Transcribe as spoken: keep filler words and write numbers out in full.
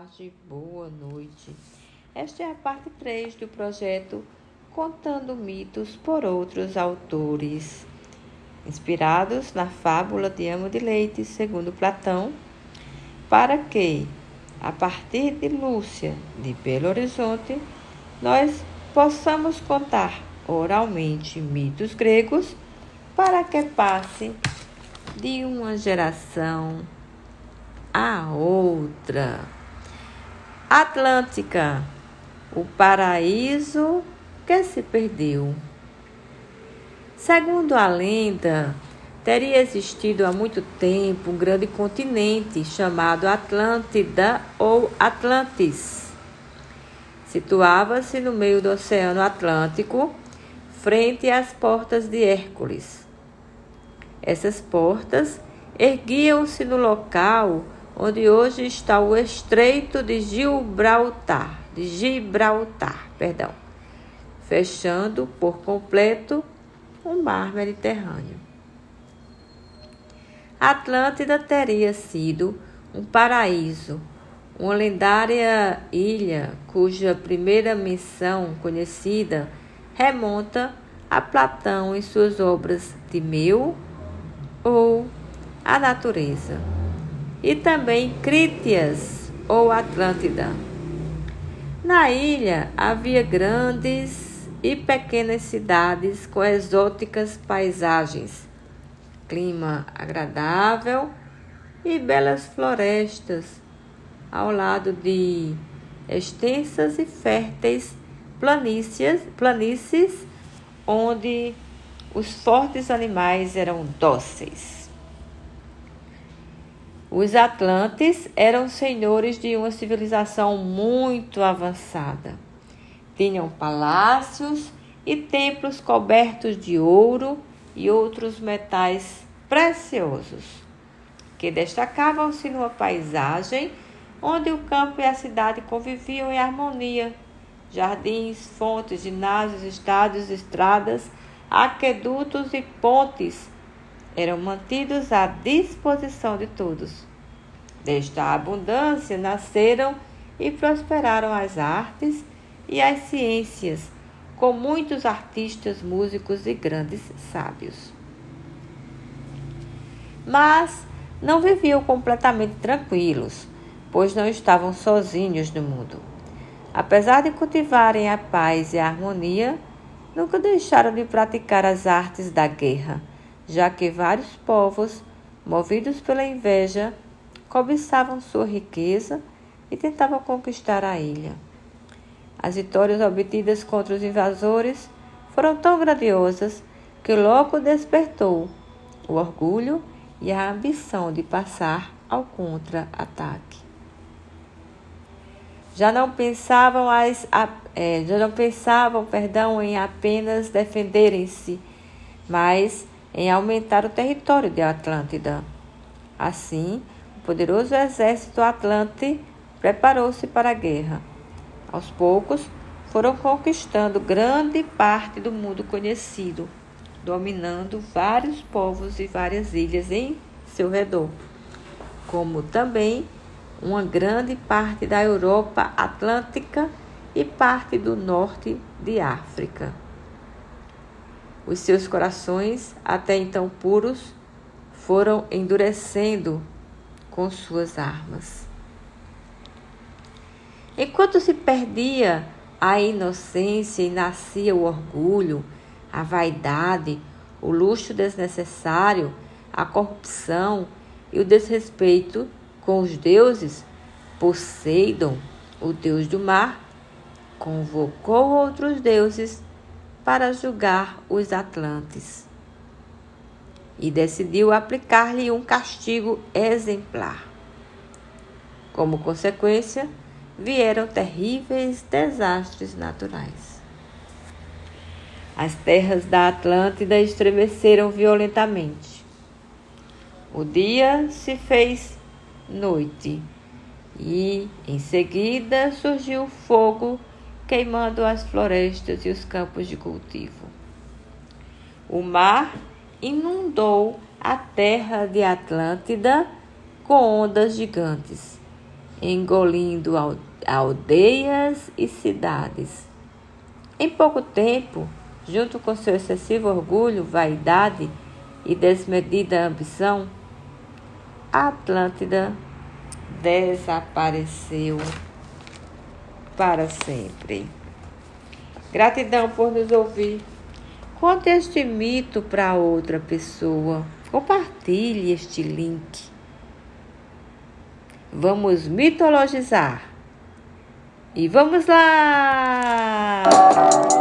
tarde, boa noite. Esta é a parte três do projeto Contando Mitos por Outros Autores, inspirados na fábula de Amo de Leite, segundo Platão, para que, a partir de Lúcia, de Belo Horizonte, nós possamos contar oralmente mitos gregos para que passe de uma geração a outra. Atlântica, o paraíso que se perdeu. Segundo a lenda, teria existido há muito tempo um grande continente chamado Atlântida ou Atlantis. Situava-se no meio do Oceano Atlântico, frente às portas de Hércules. Essas portas erguiam-se no local onde hoje está o Estreito de Gibraltar, de Gibraltar, perdão, fechando por completo o mar Mediterrâneo. A Atlântida teria sido um paraíso, uma lendária ilha cuja primeira menção conhecida remonta a Platão em suas obras Timeu ou A Natureza, e também Crítias ou Atlântida. Na ilha havia grandes e pequenas cidades com exóticas paisagens, clima agradável e belas florestas, ao lado de extensas e férteis planícies, planícies onde os fortes animais eram dóceis. Os atlantes eram senhores de uma civilização muito avançada. Tinham palácios e templos cobertos de ouro e outros metais preciosos, que destacavam-se numa paisagem onde o campo e a cidade conviviam em harmonia. Jardins, fontes, ginásios, estádios, estradas, aquedutos e pontes eram mantidos à disposição de todos. Desta abundância nasceram e prosperaram as artes e as ciências, com muitos artistas, músicos e grandes sábios. Mas não viviam completamente tranquilos, pois não estavam sozinhos no mundo. Apesar de cultivarem a paz e a harmonia, nunca deixaram de praticar as artes da guerra, já que vários povos, movidos pela inveja, cobiçavam sua riqueza e tentavam conquistar a ilha. As vitórias obtidas contra os invasores foram tão grandiosas que logo despertou o orgulho e a ambição de passar ao contra-ataque. Já não pensavam, as, é, já não pensavam perdão, em apenas defenderem-se, mas em aumentar o território de Atlântida. Assim, o poderoso exército atlante preparou-se para a guerra. Aos poucos, foram conquistando grande parte do mundo conhecido, dominando vários povos e várias ilhas em seu redor, como também uma grande parte da Europa Atlântica e parte do norte de África. Os seus corações, até então puros, foram endurecendo com suas armas. Enquanto se perdia a inocência e nascia o orgulho, a vaidade, o luxo desnecessário, a corrupção e o desrespeito com os deuses, Poseidon, o deus do mar, convocou outros deuses para julgar os atlantes e decidiu aplicar-lhe um castigo exemplar. Como consequência, vieram terríveis desastres naturais. As terras da Atlântida estremeceram violentamente. O dia se fez noite e, em seguida, surgiu fogo queimando as florestas e os campos de cultivo. O mar inundou a terra de Atlântida com ondas gigantes. engolindo aldeias e cidades. Em pouco tempo, junto com seu excessivo orgulho, vaidade e desmedida ambição, a Atlântida desapareceu para sempre. Gratidão por nos ouvir. Conte este mito para outra pessoa. Compartilhe este link. Vamos mitologizar. E vamos lá!